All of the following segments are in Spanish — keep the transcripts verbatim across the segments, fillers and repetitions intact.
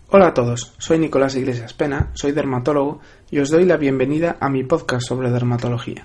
Hola a todos, soy Nicolás Iglesias Pena, soy dermatólogo y os doy la bienvenida a mi podcast sobre dermatología.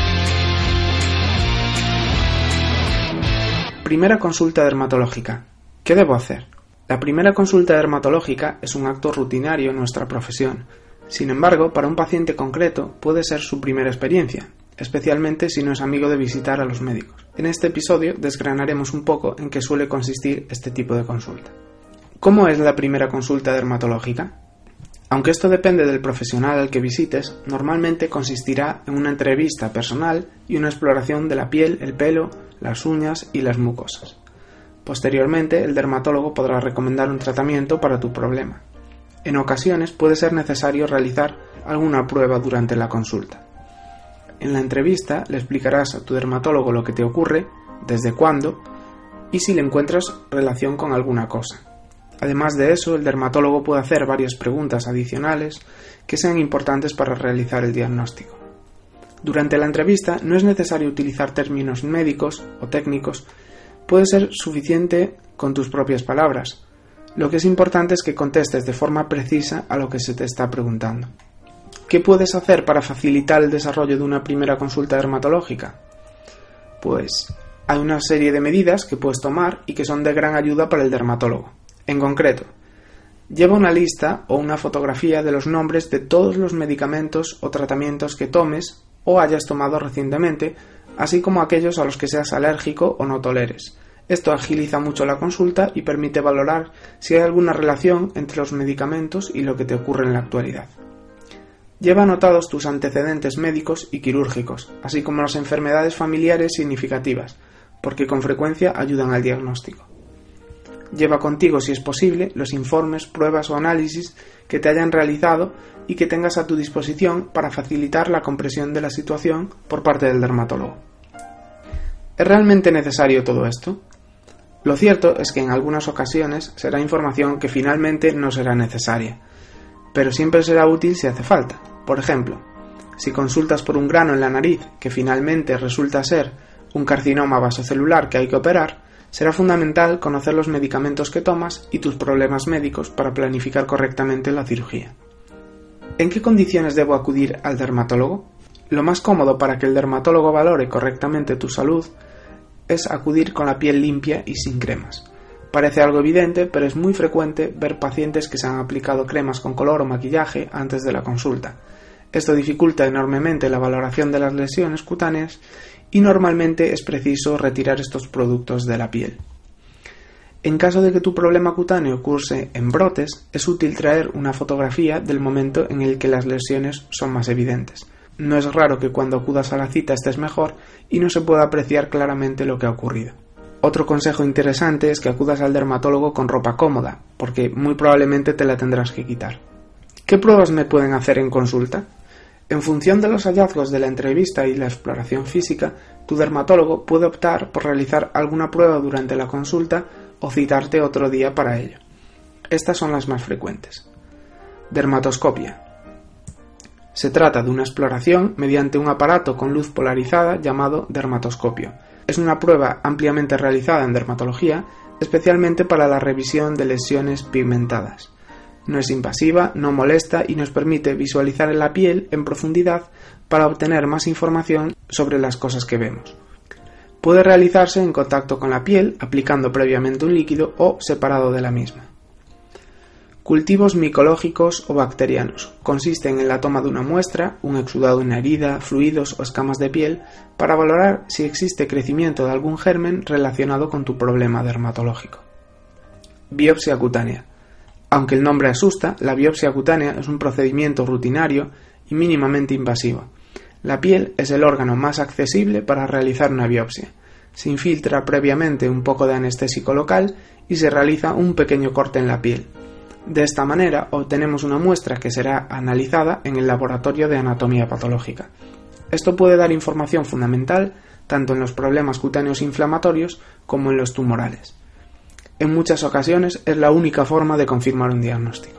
Primera consulta dermatológica. ¿Qué debo hacer? La primera consulta dermatológica es un acto rutinario en nuestra profesión. Sin embargo, para un paciente concreto puede ser su primera experiencia, especialmente si no es amigo de visitar a los médicos. En este episodio desgranaremos un poco en qué suele consistir este tipo de consulta. ¿Cómo es la primera consulta dermatológica? Aunque esto depende del profesional al que visites, normalmente consistirá en una entrevista personal y una exploración de la piel, el pelo, las uñas y las mucosas. Posteriormente, el dermatólogo podrá recomendar un tratamiento para tu problema. En ocasiones puede ser necesario realizar alguna prueba durante la consulta. En la entrevista le explicarás a tu dermatólogo lo que te ocurre, desde cuándo y si le encuentras relación con alguna cosa. Además de eso, el dermatólogo puede hacer varias preguntas adicionales que sean importantes para realizar el diagnóstico. Durante la entrevista no es necesario utilizar términos médicos o técnicos, puede ser suficiente con tus propias palabras. Lo que es importante es que contestes de forma precisa a lo que se te está preguntando. ¿Qué puedes hacer para facilitar el desarrollo de una primera consulta dermatológica? Pues hay una serie de medidas que puedes tomar y que son de gran ayuda para el dermatólogo. En concreto, lleva una lista o una fotografía de los nombres de todos los medicamentos o tratamientos que tomes o hayas tomado recientemente, así como aquellos a los que seas alérgico o no toleres. Esto agiliza mucho la consulta y permite valorar si hay alguna relación entre los medicamentos y lo que te ocurre en la actualidad. Lleva anotados tus antecedentes médicos y quirúrgicos, así como las enfermedades familiares significativas, porque con frecuencia ayudan al diagnóstico. Lleva contigo, si es posible, los informes, pruebas o análisis que te hayan realizado y que tengas a tu disposición para facilitar la comprensión de la situación por parte del dermatólogo. ¿Es realmente necesario todo esto? Lo cierto es que en algunas ocasiones será información que finalmente no será necesaria, pero siempre será útil si hace falta. Por ejemplo, si consultas por un grano en la nariz que finalmente resulta ser un carcinoma vasocelular que hay que operar, será fundamental conocer los medicamentos que tomas y tus problemas médicos para planificar correctamente la cirugía. ¿En qué condiciones debo acudir al dermatólogo? Lo más cómodo para que el dermatólogo valore correctamente tu salud es acudir con la piel limpia y sin cremas. Parece algo evidente, pero es muy frecuente ver pacientes que se han aplicado cremas con color o maquillaje antes de la consulta. Esto dificulta enormemente la valoración de las lesiones cutáneas y normalmente es preciso retirar estos productos de la piel. En caso de que tu problema cutáneo curse en brotes, es útil traer una fotografía del momento en el que las lesiones son más evidentes. No es raro que cuando acudas a la cita estés mejor y no se pueda apreciar claramente lo que ha ocurrido. Otro consejo interesante es que acudas al dermatólogo con ropa cómoda, porque muy probablemente te la tendrás que quitar. ¿Qué pruebas me pueden hacer en consulta? En función de los hallazgos de la entrevista y la exploración física, tu dermatólogo puede optar por realizar alguna prueba durante la consulta o citarte otro día para ello. Estas son las más frecuentes. Dermatoscopia. Se trata de una exploración mediante un aparato con luz polarizada llamado dermatoscopio. Es una prueba ampliamente realizada en dermatología, especialmente para la revisión de lesiones pigmentadas. No es invasiva, no molesta y nos permite visualizar en la piel en profundidad para obtener más información sobre las cosas que vemos. Puede realizarse en contacto con la piel, aplicando previamente un líquido o separado de la misma. Cultivos micológicos o bacterianos. Consisten en la toma de una muestra, un exudado en una herida, fluidos o escamas de piel, para valorar si existe crecimiento de algún germen relacionado con tu problema dermatológico. Biopsia cutánea. Aunque el nombre asusta, la biopsia cutánea es un procedimiento rutinario y mínimamente invasivo. La piel es el órgano más accesible para realizar una biopsia. Se infiltra previamente un poco de anestésico local y se realiza un pequeño corte en la piel. De esta manera obtenemos una muestra que será analizada en el laboratorio de anatomía patológica. Esto puede dar información fundamental tanto en los problemas cutáneos inflamatorios como en los tumorales. En muchas ocasiones es la única forma de confirmar un diagnóstico.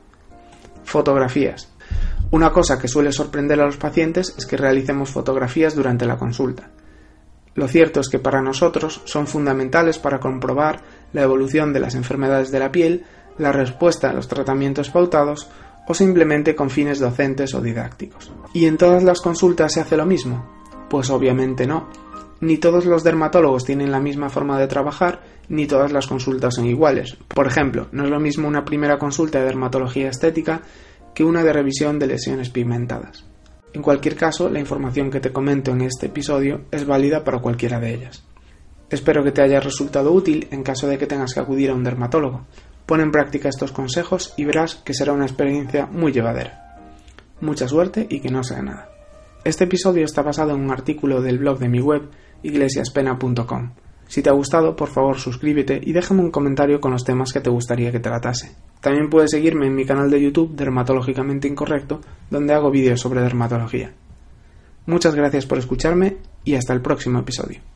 Fotografías. Una cosa que suele sorprender a los pacientes es que realicemos fotografías durante la consulta. Lo cierto es que para nosotros son fundamentales para comprobar la evolución de las enfermedades de la piel, la respuesta a los tratamientos pautados o simplemente con fines docentes o didácticos. ¿Y en todas las consultas se hace lo mismo? Pues obviamente no. Ni todos los dermatólogos tienen la misma forma de trabajar, ni todas las consultas son iguales. Por ejemplo, no es lo mismo una primera consulta de dermatología estética que una de revisión de lesiones pigmentadas. En cualquier caso, la información que te comento en este episodio es válida para cualquiera de ellas. Espero que te haya resultado útil en caso de que tengas que acudir a un dermatólogo. Pon en práctica estos consejos y verás que será una experiencia muy llevadera. Mucha suerte y que no sea nada. Este episodio está basado en un artículo del blog de mi web, iglesiaspena punto com. Si te ha gustado, por favor suscríbete y déjame un comentario con los temas que te gustaría que tratase. También puedes seguirme en mi canal de YouTube Dermatológicamente Incorrecto, donde hago vídeos sobre dermatología. Muchas gracias por escucharme y hasta el próximo episodio.